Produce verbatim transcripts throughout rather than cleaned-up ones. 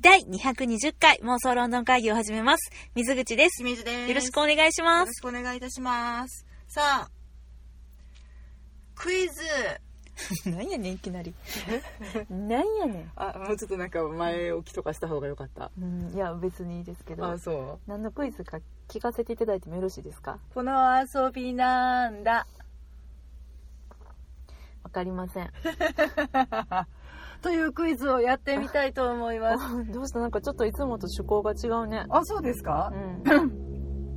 だいにひゃくにじゅっかい妄想ロンドン会議を始めます。水口です。 清水です。 よろしくお願いします。 よろしくお願いいたします。さあ、クイズ。 なんやねんいきなり。なんやねん。 あ、もうちょっとなんか前置きとかした方が良かった。 うん、いや別にいいですけど。 あ、そう。 何のクイズか聞かせていただいてもよろしいですか？ この遊びなんだ。 わかりません。 というクイズをやってみたいと思います。 どうした？なんかちょっといつもと趣向が違うね。 あ、そうですか？ うん。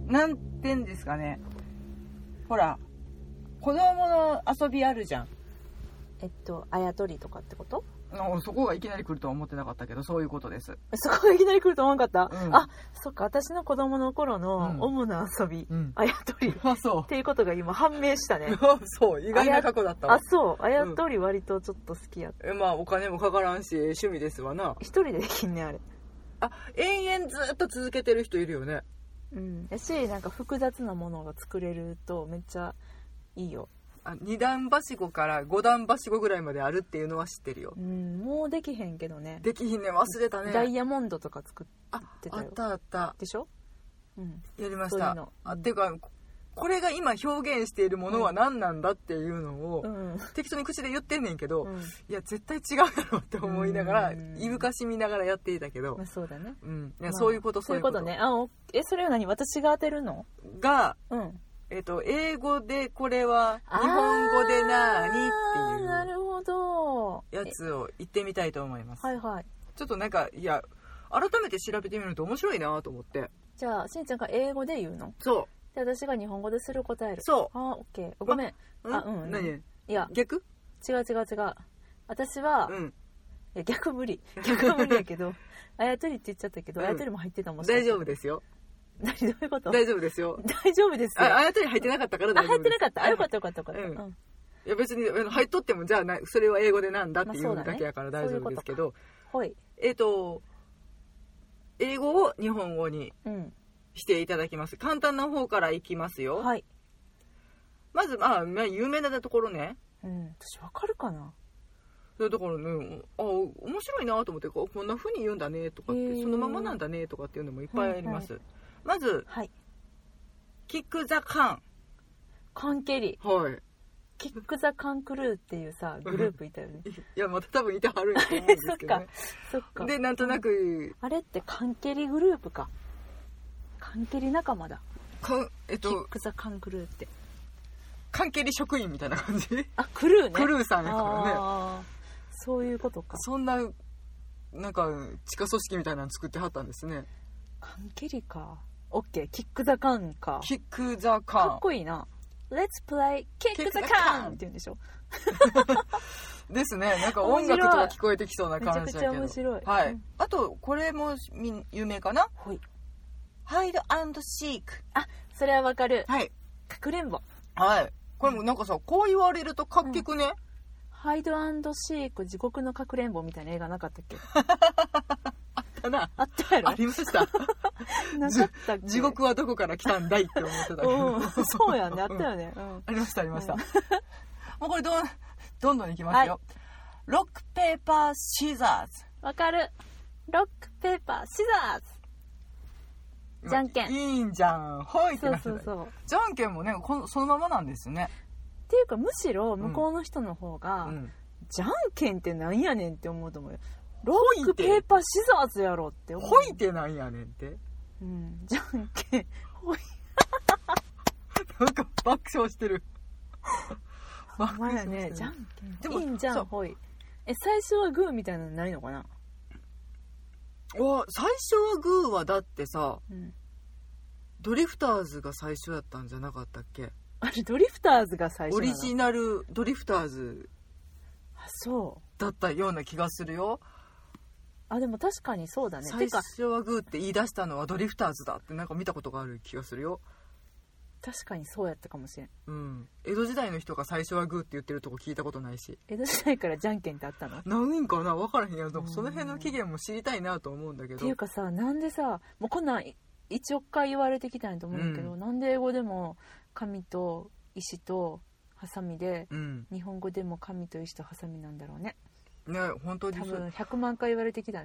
なんてんですかね。ほら、子供の遊びあるじゃん。 えっと、あやとりとかってこと？ そこがいきなり来るとは思ってなかったけど、そういうことです。 そこがいきなり来ると思わなかった、 うん、 あ、そっか、私の子供の頃の主な遊び、うん、あやとり、 あ、そうっていうことが今判明したね。 そう、意外な過去だったわ。 あ、そう、あやとり割とちょっと好きやった、 うん、まあお金もかからんし趣味ですわな。 一人でできんねあれ。 あ、延々ずっと続けてる人いるよね。 うん、やし、なんか複雑なものが作れるとめっちゃいいよ。 あ、に段はしごからご段はしごぐらいまであるっていうのは知ってるよ。 うん、もうできへんけどね。 できひんね、忘れたね。 ダイヤモンドとか作ってたよ。 あ、あったあったでしょ。うん、 やりました。 そういうの、うん、 あ、っていうかこれが今表現しているものは何なんだっていうのを、うん、適当に口で言ってんねんけど、うん、いや絶対違うだろうって思いながら、いぶかしみながらやっていたけど、 まあ、そうだね、 うん、いや、まあ、そういうことそういうことね。あ、え、それは何？私が当てるのが、うん、 えっと、英語でこれは日本語でなーにっていうなるほどやつを言ってみたいと思います。 はいはい。 ちょっとなんか、いや、改めて調べてみると面白いなと思って。 じゃあしんちゃんが英語で言うの？ そうで、私が日本語でする答える。 そう。 あ、オッケー。ごめん。あ、うん。 何？ いや、 逆？ 違う違う違う。私は、うん、いや逆無理。逆は無理やけど、あやとりって言っちゃったけど、うん、あやとりも入ってたもん。 大丈夫ですよ。 何、どういうこと？ 大丈夫ですよ。 大丈夫ですよ。 あ、あやとり入ってなかったから大丈夫です。 あ、入ってなかった。あ、よかったよかったよかった。うん。 いや別に入っとっても、じゃあな、それは英語でなんだっていうだけやから大丈夫ですけど、 はい。 えっと、英語を日本語に、うん、していただきます。簡単な方からいきますよ。はい。まず、まあ、有名なところね。 うん、私わかるかな。 だからね、あ、面白いなと思って、こんな風に言うんだねとかって、そのままなんだねとかっていうのもいっぱいあります。うん、はい、まず、はい、キックザカン。 カンケリ。 はい。 キックザカンクルーっていうさ、グループいたよね。 いや、また多分いてはるんやと思うんですけどね。 そっか、そっか。 で、なんとなく、 あれってカンケリグループか。カンケリ仲間だ。 か、えっと、 キックザカンクルーって。 カンケリ職員みたいな感じ？ あ、クルーね。 クルーさんやからね。 あ、そういうことか。 そんな、なんか、地下組織みたいなの作ってはったんですね。 カンケリか。オッケー、キックザカンか。 キックザカン。 かっこいいな。Let's play Kick the Can って言うんでしょ。 ですね。なんか音楽とか聞こえてきそうな感じだけど。 めちゃくちゃ面白い。 はい。うん、あとこれも有名かな。 はい。 Hide and Seek。 あ、それはわかる。 はい。 かくれんぼ。 はい。これもなんかさ、こう言われるとかっけくね。 ハイド&シーク地獄のかくれんぼみたいな映画なかったっけ？ あったな。 あったやろ。 ありました。なかったっけ？地獄はどこから来たんだいって思ってたけど。 うん、そうやね。あったよね。うん、 ありましたありました。うん、もうこれどんどんどんいきますよ。はい、ロックペーパーシザーズ。 わかる。ロックペーパーシザーズ。じゃんけん。 いいんじゃん。ほいってなってた。 そうそうそう。 じゃんけんもね、このそのままなんですね。 っていうかむしろ向こうの人の方が、うん、じゃんけんってなんやねんって思うと思うよ。ロックペーパーシザーズやろって思う。 ほいってなんやねんって。 うん、じゃんけんほい。 なんか爆笑してる。 爆笑してる。ね、じゃんけん。いいんじゃんほい。え、最初はグーみたいなのないのかな。 お、最初はグーはだってさ、うん、ドリフターズが最初やったんじゃなかったっけ？ あれドリフターズが最初なの？ オリジナルドリフターズ。 あ、そうだったような気がするよ。 あ、でも確かにそうだね。 最初はグーって言い出したのはドリフターズだってなんか見たことがある気がするよ。 確かにそうやったかもしれん。 うん。江戸時代の人が最初はグーって言ってるとこ聞いたことないし。 江戸時代からじゃんけんってあったの？ ないんかな、分からへんやん。その辺の起源も知りたいなと思うんだけど。 っていうかさ、なんでさ、もうこんなん一億回言われてきたんやと思うんだけど、うん、なんで英語でも紙と石とハサミで、うん、日本語でも紙と石とハサミなんだろうね。 ね、本当に多分ひゃくまんかい言われてきたね。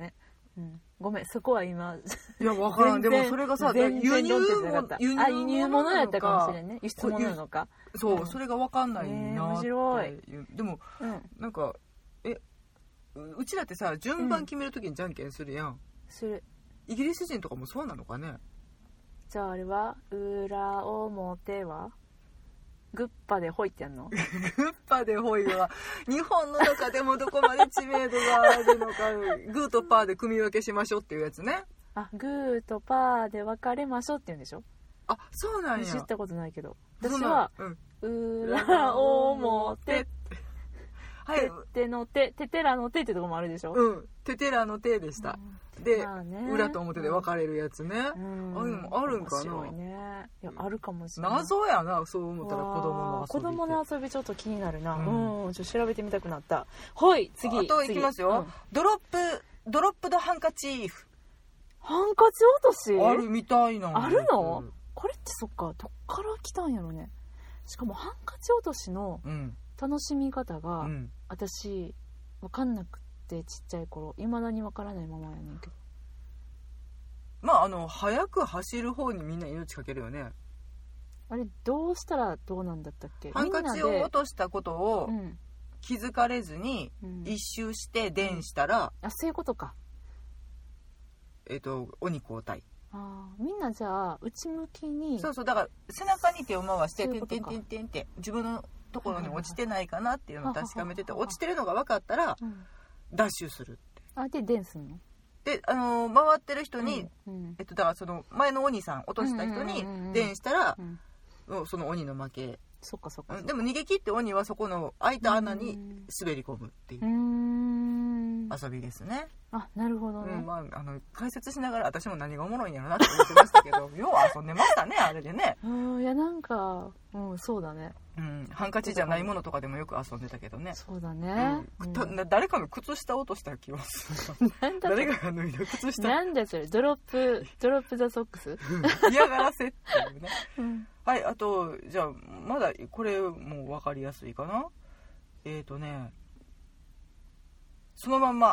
うん、ごめんそこは今いや分からん。でもそれがさ輸入物輸入あ輸入物やったかもしれんね。輸出物なのか。 そう、うん、それが分かんないなって、えー、面白い。でも、うん、なんかえうちらってさ順番決めるときにじゃんけんするやん、うん、 する。 イギリス人とかもそうなのかね。 じゃああれは裏表はグッパでホイってやんの？グッパでホイは日本の中でもどこまで知名度があるのかグーとパーで組み分けしましょうっていうやつね。 あ、グーとパーで分かれましょうって言うんでしょ。 あ、そうなんや。 知ったことないけど私は、うん、裏表はい、ての手、ててらの手ってとこもあるでしょ。 うん、ててらの手でした。うん、で、まあね、裏と表で分かれるやつね。うん、ああいうのもあるんかな。 面白いね。いや、あるかもしれない。 謎やな、そう思ったら子供の遊び。 子供の遊びちょっと気になるな。うん、うん、ちょっと調べてみたくなった。はい、次。 あといきますよ。うん、ドロップ、ドロップドハンカチーフ。 ハンカチ落とし？ あるみたいな。 あるの？これってそっか、どっから来たんやろね。しかもハンカチ落としの楽しみ方が、うん、私分かんなくてちっちゃい頃いまだに分からないままやねんけど。 まああの早く走る方にみんな命かけるよね。 あれどうしたらどうなんだったっけ。 ハンカチを落としたことを気づかれずに一周して電したら、うんうん、 あ、そういうことか。 えっと鬼交代。 あ、みんなじゃあ内向きに。 そうそう、だから背中に手を回しててんてんてんてんって自分のところに落ちてないかなっていうのを確かめてて、落ちてるのが分かったらダッシュするって。 あ、で電すんの？ で、あのー、回ってる人に、うんうん、えっとだからその前の鬼さん落とした人に電したら、うん、その鬼の負け。 そっかそっかそっか。 でも逃げ切って鬼はそこの開いた穴に滑り込むっていう遊びですね。 あ、なるほどね。 うん、まあ、あの解説しながら私も何がおもろいんやろなって思ってましたけどよう遊んでましたねあれでね。 うん、いやなんか、うん、そうだね。 うん、ハンカチじゃないものとかでもよく遊んでたけどね。 そうだね。 うん、誰かの靴下落とした気はする。なんだ誰かが脱いだ靴下。 なんだそれ、ドロップドロップザソックス。 嫌がらせっていうね。うん、はい、あとじゃあまだこれもう分かりやすいかな。えーとね、そのまんま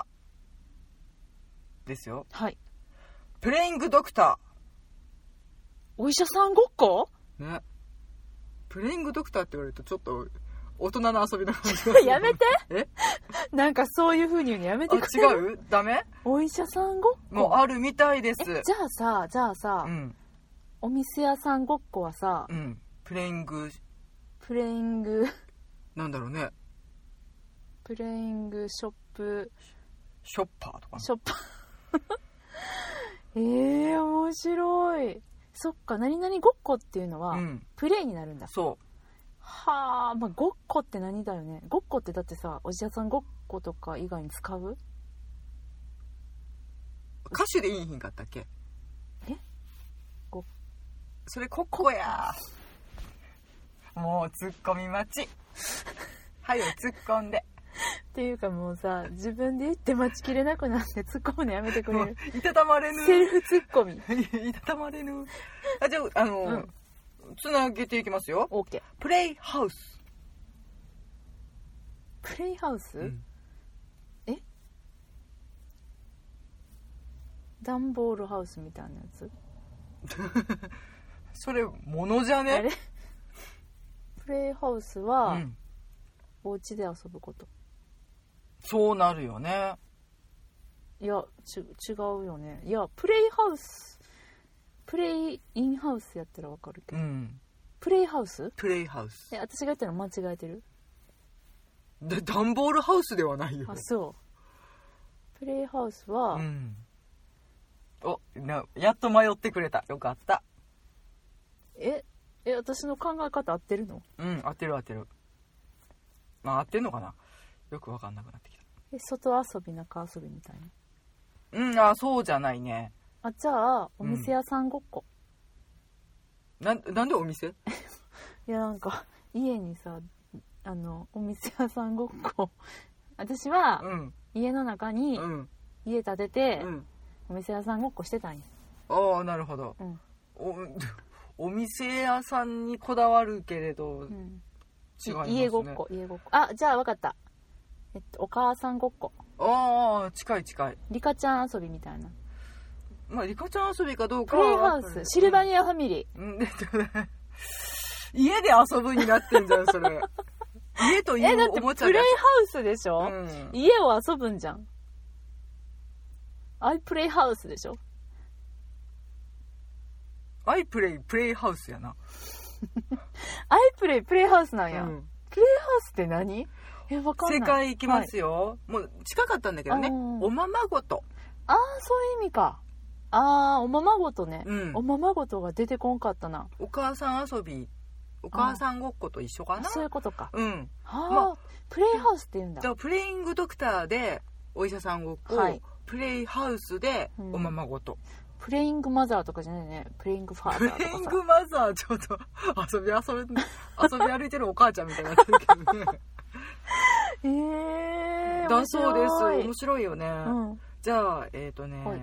ですよ。 はい。 プレイングドクター。 お医者さんごっこ？ ね。プレイングドクターって言われるとちょっと大人の遊びな感じがやめて。 え？ なんかそういう風に言うのやめてくれる？違う？ダメ？ お医者さんごっこもうあるみたいです。 じゃあさ、じゃあさ、うん、お店屋さんごっこはさ、 うん、プレイングプレイングなんだろうね。 プレイングショップショッパーとか、ね、 ショッパーえー、面白い。そっか、何々ごっこっていうのは、うん、プレイになるんだ。 そう。 はあ、まあごっこって何だよね。ごっこってだってさ、おじやさんごっことか以外に使う？ 歌手でいいひんかったっけ？ え？ごそれこっこや。もうツッコミ待ち。はいよ、突っ込んで。 っていうかもうさ、自分で言って待ちきれなくなって突っ込むのやめてくれる。 いたたまれぬ。 セルフツッコミ。 いたたまれぬ。あ、じゃあ、あの、うん、つなげていきますよ。 オーケー。 プレイハウス。 プレイハウス？うん、え？ダンボールハウスみたいなやつ？ それ、ものじゃね？あれ？ プレイハウスは、うん、お家で遊ぶこと。 そうなるよね。 いやち違うよね。いやプレイハウスプレイインハウスやったらわかるけど、うん、プレイハウスプレイハウス。 え、私が言ったの間違えてる？ でダンボールハウスではないよ。 あ、そう。プレイハウスは、うん、 おなやっと迷ってくれた。よかった。 ええ私の考え方合ってるの？ うん、合ってる合ってる。まあ合ってんのかな、よく分かんなくなってきた。 え、外遊び中遊びみたいな。うん、あ、そうじゃないね。 あ、じゃあお店屋さんごっこ、 うん、な, なんでお店？いやなんか家にさ、あのお店屋さんごっこ私は、うん、家の中に、うん、家建てて、うん、お店屋さんごっこしてたんや。 ああ、なるほど、うん、お, お店屋さんにこだわるけれど、うん、違いますね。 家ごっこ家ごっこ。あ、じゃあ分かった。えっとお母さんごっこ。 ああ近い近い。 リカちゃん遊びみたいな。 まあリカちゃん遊びかどうかプレイハウス、シルバニアファミリー、 うん、で家で遊ぶになってんじゃんそれ。家というおもちゃプレイハウスでしょ、うん、家を遊ぶんじゃん。アイプレイハウスでしょ。 アイプレイプレイハウスやな。 アイプレイプレイハウスなんや、うん、プレイハウスって何？え、わかんない。 正解いきますよ、はい、もう近かったんだけどね。おままごと。 ああ、そういう意味か。ああ、おままごとね、うん、おままごとが出てこんかったな。 お母さん遊び、お母さんごっこと一緒かな。 そういうことか。 うん。 はあ、まあ、プレイハウスって言うんだ。 じゃあプレイングドクターでお医者さんごっこ、はい、プレイハウスでおままごと、うん、 プレイングマザーとかじゃないね。プレイングファーザーとかさ。 プレイングマザーちょっと遊び遊び遊び歩いてるお母ちゃんみたいになってるけどね。 えー、 だそうです。面白いよね、うん、じゃあえっ、ー、とね、はい、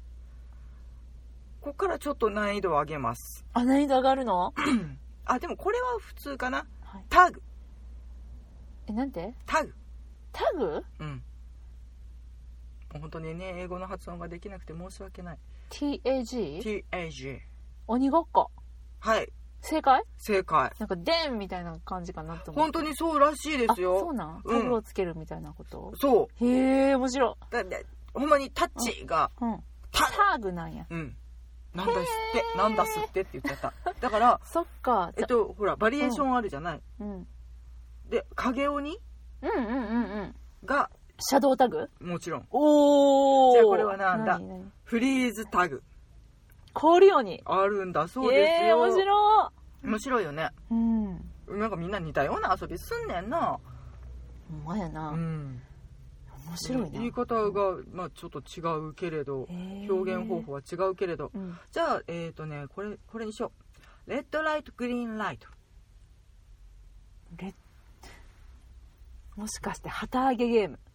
ここからちょっと難易度を上げます。 あ、難易度上がるの？ あ、でもこれは普通かな、はい、タグ。 え、なんて？ タグ。 タグ？ うん。本当にね、英語の発音ができなくて申し訳ない。 ティーエージー？ ティーエージー。 鬼ごっこ。 はい。 正解？ 正解。 なんかデンみたいな感じかなと思って。 本当にそうらしいですよ。 あ、そうなん？タグをつけるみたいなこと？ うん、そう。 へえ、面白い。 だってほんまにタッチが、 うんうん、タグなんや。 うん。なんだすってなんだすってって言っちゃった。だからそっか。 えっとほらバリエーションあるじゃない。 うん。 で影鬼？ うんうんうんうん。 がシャドウタグ？ もちろん。 おお。 じゃあこれはなんだ？フリーズタグ。 氷鬼。 あるんだそうですよ。 えー、面白い。面白いよね。 うん。 なんかみんな似たような遊びすんねんな。 ほんまやな。 うん。 面白いな。 言い方が、まあ、ちょっと違うけれど、表現方法は違うけれど、うん、じゃあえっ、ー、とねこれこれにしよう。レッドライトグリーンライト。 レもしかして旗揚げゲーム。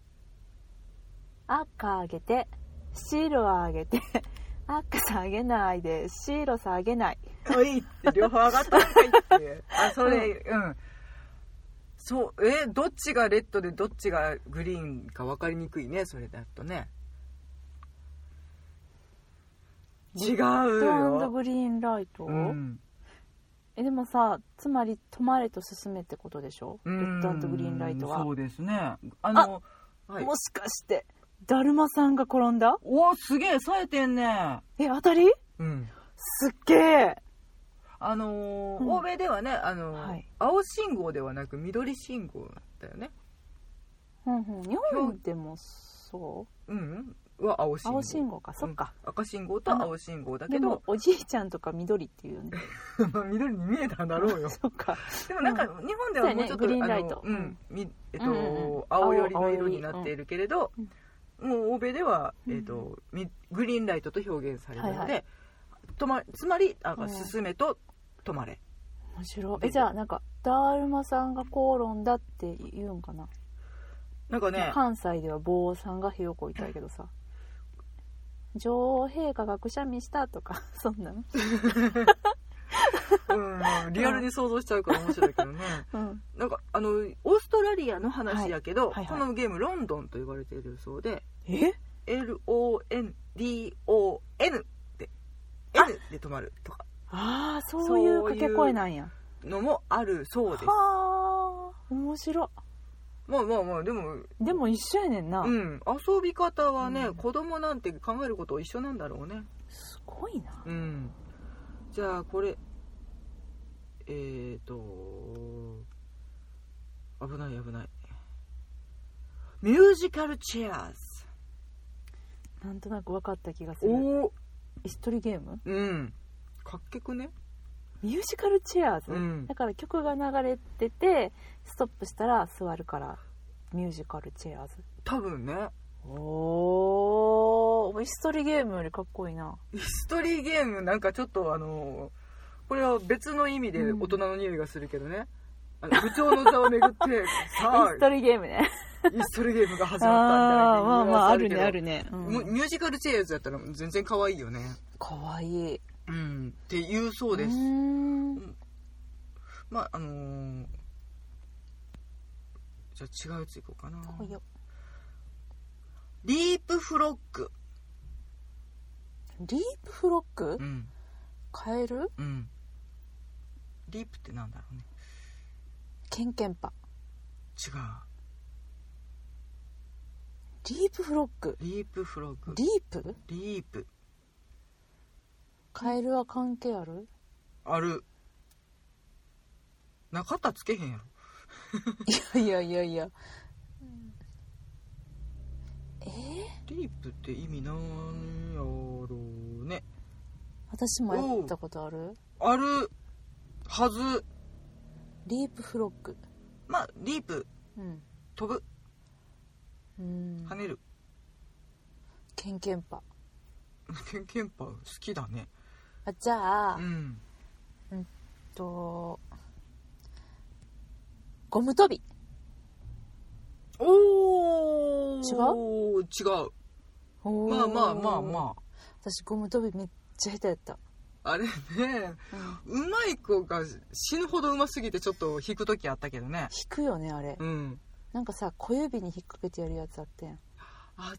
赤あげて白あげて赤下げないで白下げない。 おいって両方上がったんかいってあそれうん。そうえどっちがレッドでどっちがグリーンか分かりにくいねそれだとね。違うよ。レッド&グリーンライト、うん、えでもさつまり止まれと進めってことでしょ。レッド&グリーンライトは。 そうですね。あのあ、はい、もしかしてだるまさんが転んだ？ おすげえ冴えてんね。 え当たり？ うんすっげえ。 あのーうん、欧米ではね、あのーはい、青信号ではなく緑信号だよね。 うんうん、日本でもそう？ うんは青信号。 青信号か、そっか、 うん、赤信号と青信号だけど。でもおじいちゃんとか緑っていうよね。 緑に見えたんだろうよ。 そっか。 でもなんか、うん、日本ではもうちょっと、ね、グリーンライト、うん、えっと、うんうんうん、青寄りの色になっているけれど、うん、もう欧米では、えっと、グリーンライトと表現されるので、はいはい、止まつまりあ進めと止まれ。 面白い。えじゃあなんかだるまさんが口論だって言うんかな。 なんかね関西では坊さんがひよこいたいけどさ女王陛下がくしゃみしたとかそんなのうん、リアルに想像しちゃうから面白いけどね、うん、なんかあのオーストラリアの話やけど、はいはいはい、このゲームロンドンと言われているそうでえエルオーエヌディーオーエヌ で N で止まるとかああそういう掛け声なんやのもあるそうです。 はあ面白い。 まあまあまあでもでも一緒やねんな。 うん遊び方はね、うん、子供なんて考えること一緒なんだろうね。 すごいな。 うんじゃあこれえーと危ない危ないミュージカルチェアーズ。 なんとなく分かった気がする。 お椅子取りゲーム。 うんかっけくね。 ミュージカルチェアーズ、 うん、 だから曲が流れててストップしたら座るからミュージカルチェアーズ多分ね。 おー椅子取りゲームよりかっこいいな。 椅子取りゲームなんかちょっとあのこれは別の意味で大人の匂いがするけどね、うん、あの部長の座をめぐってさあ椅子取りゲームね椅子取りゲームが始まったみたいな。 あまあまああるねあるね、 うん、ミュージカルチェアーズやったら全然可愛いよね。 可愛いうんって言うそうです。うんまああのー、じゃあ違うやついこうかな。 よリープフロッグ。 リープフロッグ、 うん、 カエル、 うん、リープってなんだろうね。 ケンケンパ。 違う。 リープフロッグ。 リープフロッグ。 リープリープ。 カエルは関係ある？ ある。なかったらつけへんやろ。いやいやいやいや。えー、 リープって意味なんやろうね。 私もやったことある？ あるはず。 リープフロッグ。 まあリープ、 うん、 飛ぶ、 うん、 跳ねる。 ケンケンパ。 ケンケンパ好きだね。 あ、じゃあ、 うん、 うんとゴム跳び。 おー、 違う？ 違う。まあまあまあまあ。 私ゴム跳びめっちゃ下手やった。 あれね、うん、うまい子が死ぬほどうますぎてちょっと引く時あったけどね。 引くよねあれ、 うん、 なんかさ小指に引っ掛けてやるやつあったやん。 あった。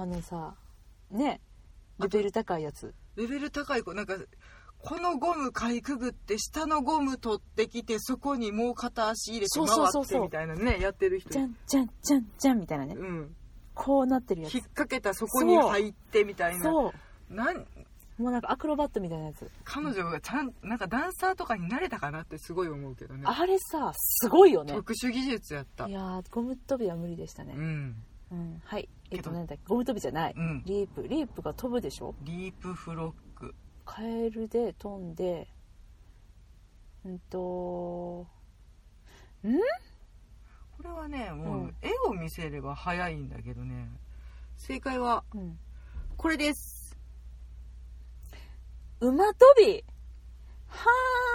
あのさね、レベル高いやつ。 レベル高い子なんかこのゴムかいくぐって下のゴム取ってきてそこにもう片足入れて回ってみたいなね、やってる人。 じゃんじゃんじゃんじゃんみたいなね、 うん、 こうなってるやつ。 引っ掛けたそこに入ってみたいな。 そうなんもうなんかアクロバットみたいなやつ。 彼女がちゃんなんかダンサーとかになれたかなってすごい思うけどね。 あれさすごいよね。 特殊技術やった。 いやゴム跳びは無理でしたね。 うん、 うん、はいえっとなんだっけ、ゴム跳びじゃない、うん、リープ。リープが飛ぶでしょ。 リープフロッグ。 カエルで飛んでうんとんこれはねもう絵を見せれば早いんだけどね、正解はこれです。 馬跳び。は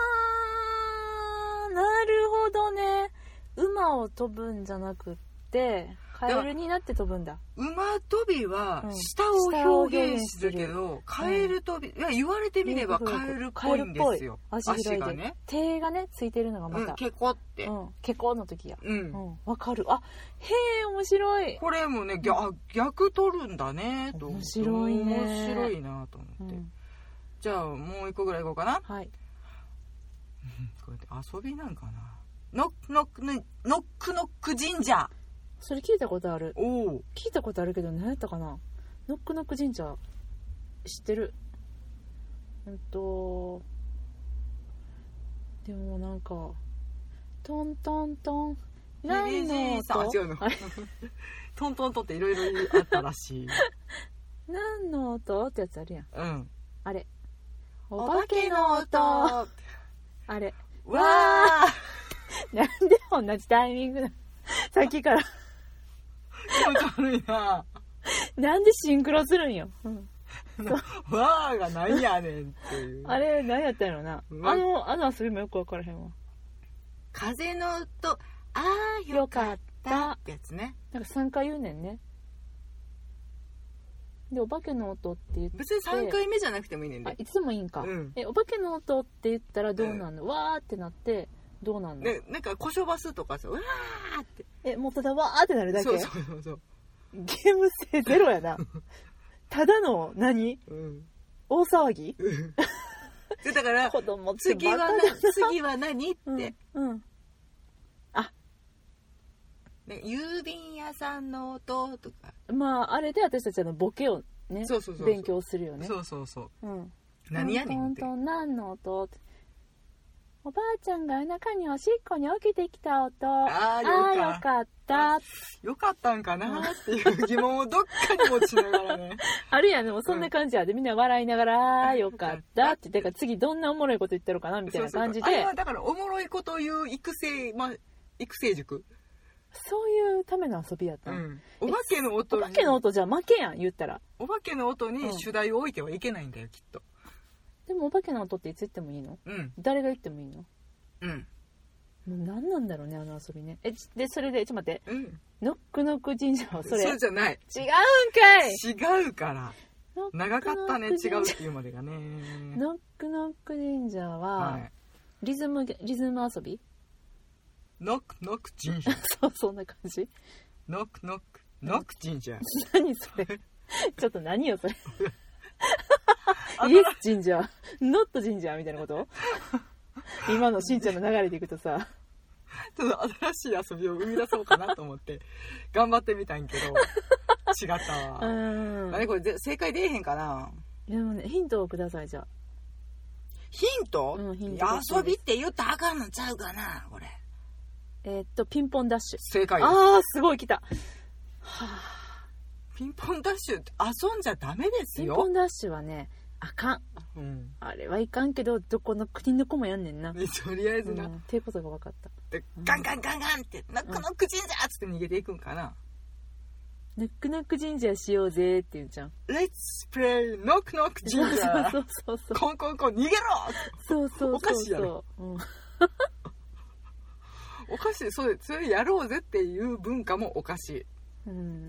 ー、なるほどね。馬を飛ぶんじゃなくってカエルになって飛ぶんだ。 馬跳びは下を表現するけど、うん、カエル跳び、いや言われてみればカエルっぽいんですよ。 足足がね、手がねついてるのがまた、 うん、ケコって、 うん、ケコの時や。 うん、 わ、うん、かる。あ、へえ面白い。 これもね、逆、うん、逆取るんだねと思って。 面白いね。 面白いなと思って。うん、じゃあもう一個ぐらいいこうかな。 はい。 これって遊びなんかな。ノックノックノックノック神社。 それ聞いたことある。 おお。 聞いたことあるけど何やったかな。ノックノック神社知ってる。うんとでもなんかトントントン何の音。 違うの。トントントンっていろいろあったらしい。 何の音ってやつあるやん。 うん。 あれ。お化けの音。あれ。 わあ。 なんで同じタイミングな。さっきから。 気持ち悪いな。 なんでシンクロするんよ。うん、 わあが何やねんっていう。 あれ何やったんやろな。あのあの遊びもよく分からへんわ。 風の音。ああよかったってやつね。 なんかさんかい言うねんね。でお化けの音って言って別にさんかいめじゃなくてもいいねんで。 あいつもいいんか、うん、えお化けの音って言ったらどうなんの、うん、わーってなってどうなんの、 ね、なんかこしょばすとかさわーってえもうただわーってなるだけ。 そうそうそうそう。 ゲーム性ゼロやな。ただの何、うん、大騒ぎ、うん、 でだから子供って次は何次は何って、 うんうん、あね、郵便屋さんの音とかまああれで私たちのボケをねそうそうそうそう勉強するよね。 そうそうそう、 うん、 何やねんってトントン何の音って、おばあちゃんが夜中におしっこに起きてきた音。 あーあよかったよかったんかなっていう疑問をどっかに持ちながらねあるやん。でもそんな感じやで、うん、みんな笑いながらあよかったってだから次どんなおもろいこと言ってるかなみたいな感じで。 そうそうそうあれはだからおもろいことを言う育成、まあ、育成塾そういうための遊びやった、うん、 お化けの音お化けの音じゃ負けやん言ったら。 お化けの音に主題を置いてはいけないんだよ、うん、きっと。 でもお化けの音っていつ言ってもいいの、 うん、 誰が言ってもいいの。 うんもう何なんだろうねあの遊びね。えでそれでちょっと待って、 うん、 ノックノック神社はそれそうじゃない。 違うんかい。 違うから長かったね。違うっていうまでがね。 ノックノック神社は、はい、リズムリズム遊び。 ノックノック神社そうそんな感じ。 ノックノックノック神社。 何それちょっと何よそれイエス神社ノット神社みたいなこと今のしんちゃんの流れでいくとさ、 ちょっと新しい遊びを生み出そうかなと思って頑張ってみたんけど違ったわ。うん、何これ正解出えへんかな。 でもねヒントをください。じゃあヒント、うん、ヒント遊びって言ったらあかんのちゃうかなこれ。 えー、っとピンポンダッシュ。 正解です。 あーすごい来た。はあ、ピンポンダッシュって遊んじゃダメですよ。 ピンポンダッシュはねあかん、うん、あれはいかんけどどこの国の子もやんねんな、 ね、とりあえずな、 うん、っていうことが分かった。 でガンガンガンガンってノックノック神社っつって逃げていくんかな。 ノックノック神社しようぜって言うじゃん。 Let's play ノックノック神社。 そうそうそう。 コンコンコン逃げろ。 そうそうそうそう。 おかしいやろ。うん、おかしい。それそれやろうぜっていう文化もおかしい。 うん、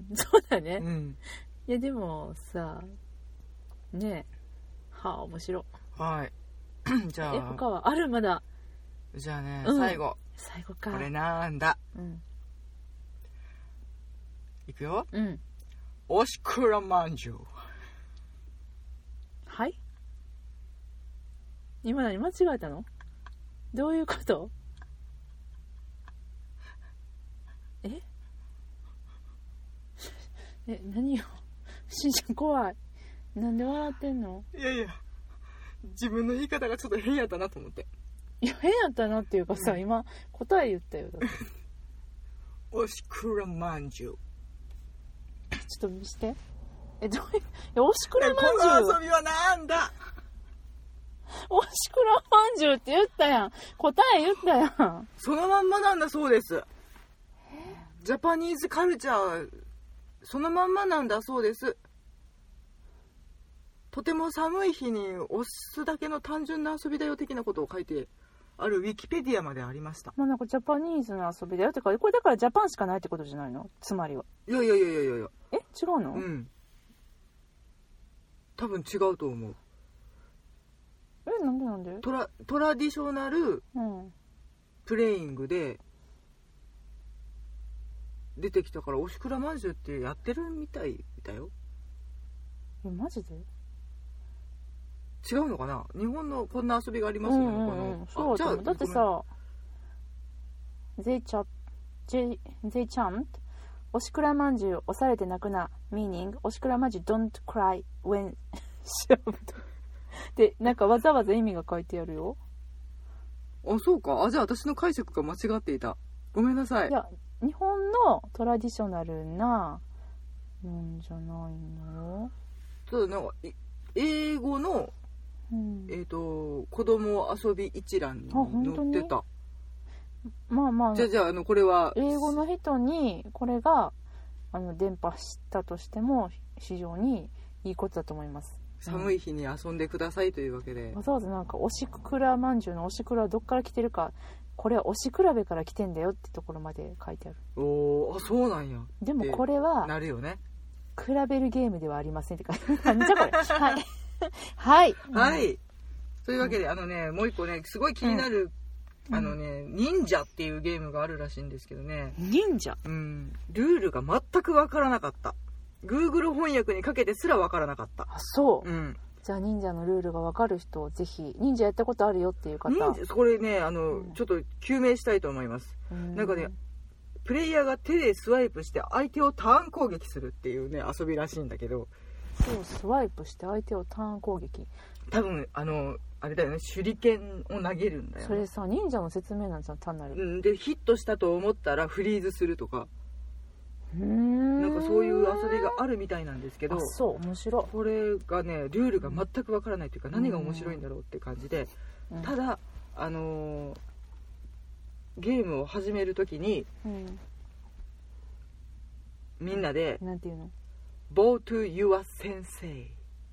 そうだね。うん、いやでもさ、ねえ、はあ面白い。 はい。じゃあ。 え他はあるまだ。 じゃあね、うん、最後。 最後か。 これなんだ。うん。いくよ。うん。おしくらまんじゅう。 はい。今何間違えたの？どういうこと？え？え、何よ。しんちゃん怖い。なんで笑ってんの？ いやいや、自分の言い方がちょっと変やったなと思って。 いや変やったなっていうかさ、うん、今答え言ったよ。だっておしくらまんじゅう。 ちょっと見して。え、どういう、いや、おしくらまんじゅう。 この遊びはなんだ。 おしくらまんじゅうって言ったやん。答え言ったやん。 そのまんまなんだそうです。ジャパニーズカルチャーそのまんまなんだそうです。とても寒い日に押すだけの単純な遊びだよ的なことを書いてあるウィキペディアまでありました。 まあなんかジャパニーズの遊びだよってか、これだからジャパンしかないってことじゃないの？つまりは。 いやいやいやいやいや。 え、違うの？ うん。多分違うと思う。 え、なんでなんで？ トラ、トラディショナルプレイングで出てきたから、おしくらまんじゅうってやってるみたいだよ。 え、マジで？ 違うのかな。日本のこんな遊びがありますよね、うんうんうん、 そうだと思う。だってさ、They chat, they chant おしくらまんじゅう押されて泣くな meaning おしくらまんじゅう don't cry when shoved でなんかわざわざ意味が書いてあるよ。 あ、そうか。あ、じゃあ私の解釈が間違っていた。ごめんなさい。 いや、日本のトラディショナルななんじゃないの？ そうだ、なんか英語のうん、えーと子供遊び一覧に載ってた。 まあまあ、 じゃあじゃあ、あのこれは英語の人にこれがあの伝播したとしても非常にいいことだと思います。 寒い日に遊んでくださいというわけで、うん、 わざわざなんかおしくらまんじゅうのおしくらはどっから来てるか、これはおし比べから来てんだよってところまで書いてある。 おー、あ、そうなんや。 でもこれはなるよね、 比べるゲームではありませんって書いてある。なんじゃこれ。はいはい、 はい、というわけで、あのね、もう一個ねすごい気になる、うん、あのね、忍者っていうゲームがあるらしいんですけどね。 忍者、 うん、ルールが全くわからなかった。 Google 翻訳にかけてすらわからなかった。 あ、そう、うん、じゃあ忍者のルールがわかる人、ぜひ忍者やったことあるよっていう方、忍者これね、あの、うん、ちょっと究明したいと思います。なんかね、プレイヤーが手でスワイプして相手をターン攻撃するっていうね遊びらしいんだけど、 そうスワイプして相手をターン攻撃、 多分あのあれだよね、手裏剣を投げるんだよ、ね、 それさ忍者の説明なんじゃん単なる、 うん、でヒットしたと思ったらフリーズするとか、うーん、なんかそういう遊びがあるみたいなんですけど、 そう面白い。 これがねルールが全くわからないというか、何が面白いんだろうって感じで、うん、ただあのー、ゲームを始めるときに、うん、みんなでなんていうの、 Bow to your sensei、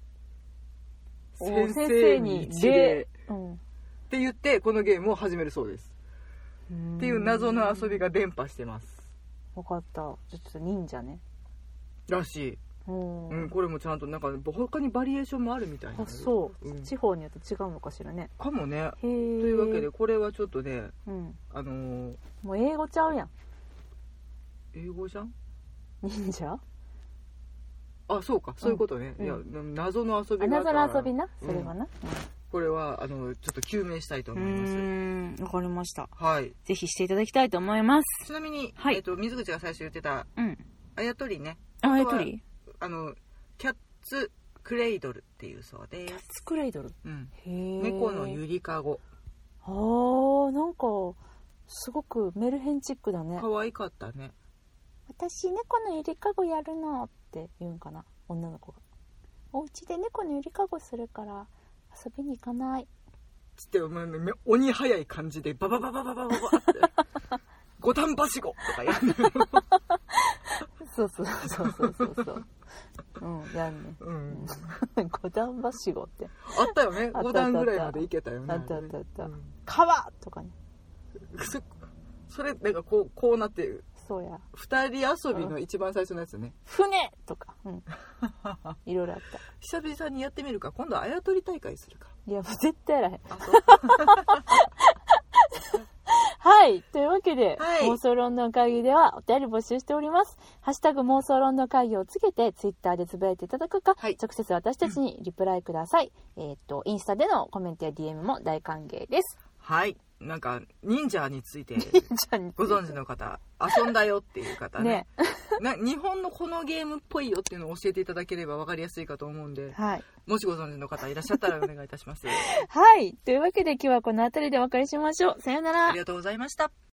先生に一礼、うん、 って言ってこのゲームを始めるそうです。っていう謎の遊びが伝播してます。 分かった。ちょっと忍者ねらしい。うん、うん、これもちゃんとなんか他にバリエーションもあるみたいな。 あ、そう、うん、地方によって違うのかしらね。 かもね。へー。というわけでこれはちょっとね、うん、あのー、 もう英語ちゃうやん。 英語じゃん。 忍者あ、そうか、そういうことね、うん、いや謎の遊びがあったら謎の遊びな、それはな、うん、 これはあのちょっと究明したいと思います。うーん、わかりました。 はい。 ぜひしていただきたいと思います。 ちなみに、 はい、 えっと水口が最初言ってた、 うん、 あやとりね。 あやとり。 あのキャッツクレイドルっていうそうです。 キャッツクレイドル。 うん。へえ。猫のゆりかご。 ああ、なんかすごくメルヘンチックだね。 可愛かったね。 私猫のゆりかごやるのって言うんかな、女の子が。お家で猫のゆりかごするから遊びに行かないつって鬼早い感じでババババババババって五反はしごとかやんねそうそうそうそうそうそううんやんね、うん、五反はしごってあったよね。五段ぐらいまで行けたよね。 あったあったあった、うん、川とかね。 そ, それなんかこうこうなってる。 そうや。 二人遊びの一番最初のやつね。 船とか、うん、いろいろあった。 久々にやってみるか。今度あやとり大会するか。 いやもう絶対やらへん。はい、というわけで、はい、妄想ロンドン会議ではお便り募集しております。ハッシュタグ妄想ロンドン会議をつけてツイッターでつぶやいていただくか、はい、直接私たちにリプライください。えっとインスタでのコメントや ディーエム も大歓迎です。 はい。なんか忍者についてご存知の方、遊んだよっていう方ね、ねな日本のこのゲームっぽいよっていうのを教えていただければ分かりやすいかと思うんで、はい、もしご存知の方いらっしゃったらお願いいたします。 はい、というわけで今日はこの辺りでお別れしましょう。さよなら。 ありがとうございました。